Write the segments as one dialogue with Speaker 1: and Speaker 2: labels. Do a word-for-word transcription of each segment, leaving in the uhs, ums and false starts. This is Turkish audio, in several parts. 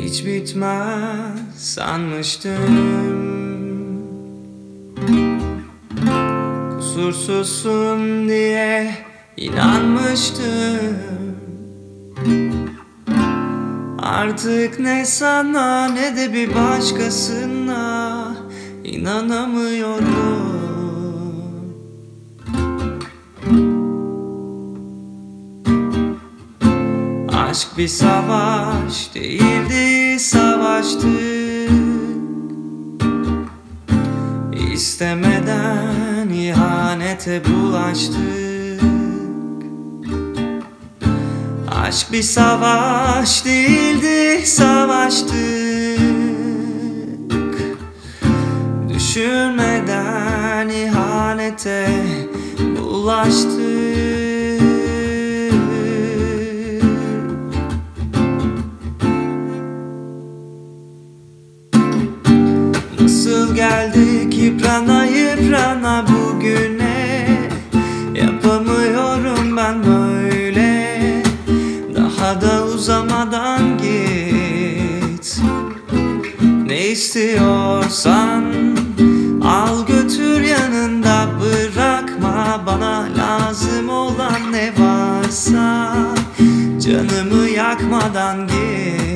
Speaker 1: Hiç bitmez sanmıştım, kusursuzsun diye inanmıştım. Artık ne sana ne de bir başkasına inanamıyorum. Aşk bir savaş değildi, savaştık. İstemeden ihanete bulaştık. Aşk bir savaş değildi, savaştık. Düşünmeden ihanete bulaştık. Nasıl geldik yıprana yıprana bugüne? Yapamıyorum ben böyle. Daha da uzamadan git. Ne istiyorsan al götür yanında, bırakma. Bana lazım olan ne varsa canımı yakmadan git.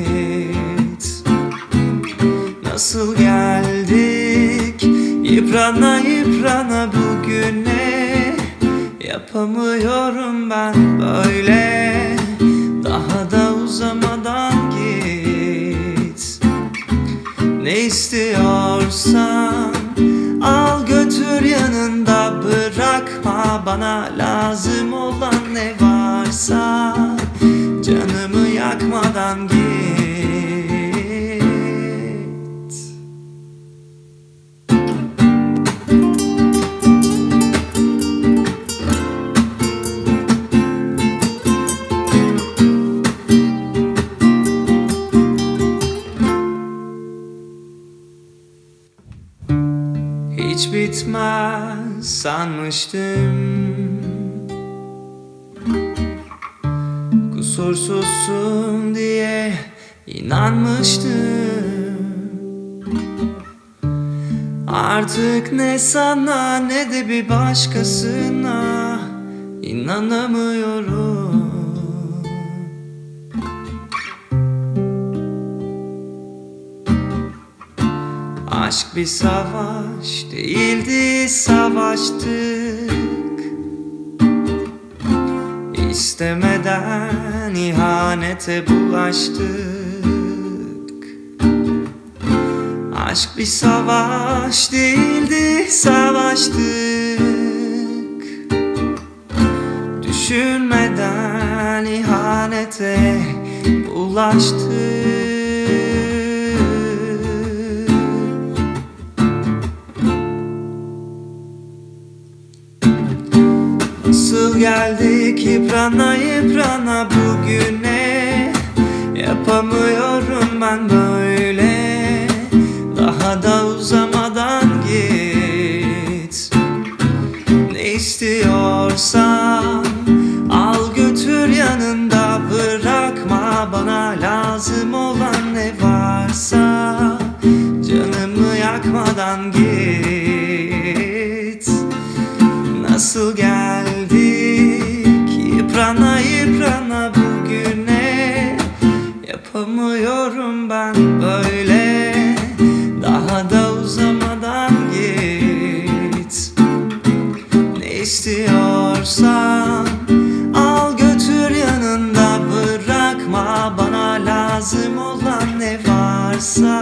Speaker 1: Nasıl geldik yıprana yıprana bugüne? Yapamıyorum ben böyle. Daha da uzamadan git. Ne istiyorsan al götür yanında, bırakma. Bana lazım olan ne varsa canımı yakmadan git. Hiç bitmez sanmıştım, kusursuzsun diye inanmıştım. Artık ne sana ne de bir başkasına inanamıyorum. Aşk bir savaş değildi, savaştık. İstemeden ihanete bulaştık. Aşk bir savaş değildi, savaştık. Düşünmeden ihanete bulaştık. Nasıl geldik yıprana yıprana bugüne? Yapamıyorum ben böyle. Daha da uzamadan git. Ne istiyorsan al götür yanında, bırakma. Bana lazım olan ne varsa canımı yakmadan git. Nasıl geldik yıprana yıprana bugüne? Yapamıyorum ben böyle. Daha da uzamadan git. Ne istiyorsan al götür yanında, bırakma. Bana lazım olan ne varsa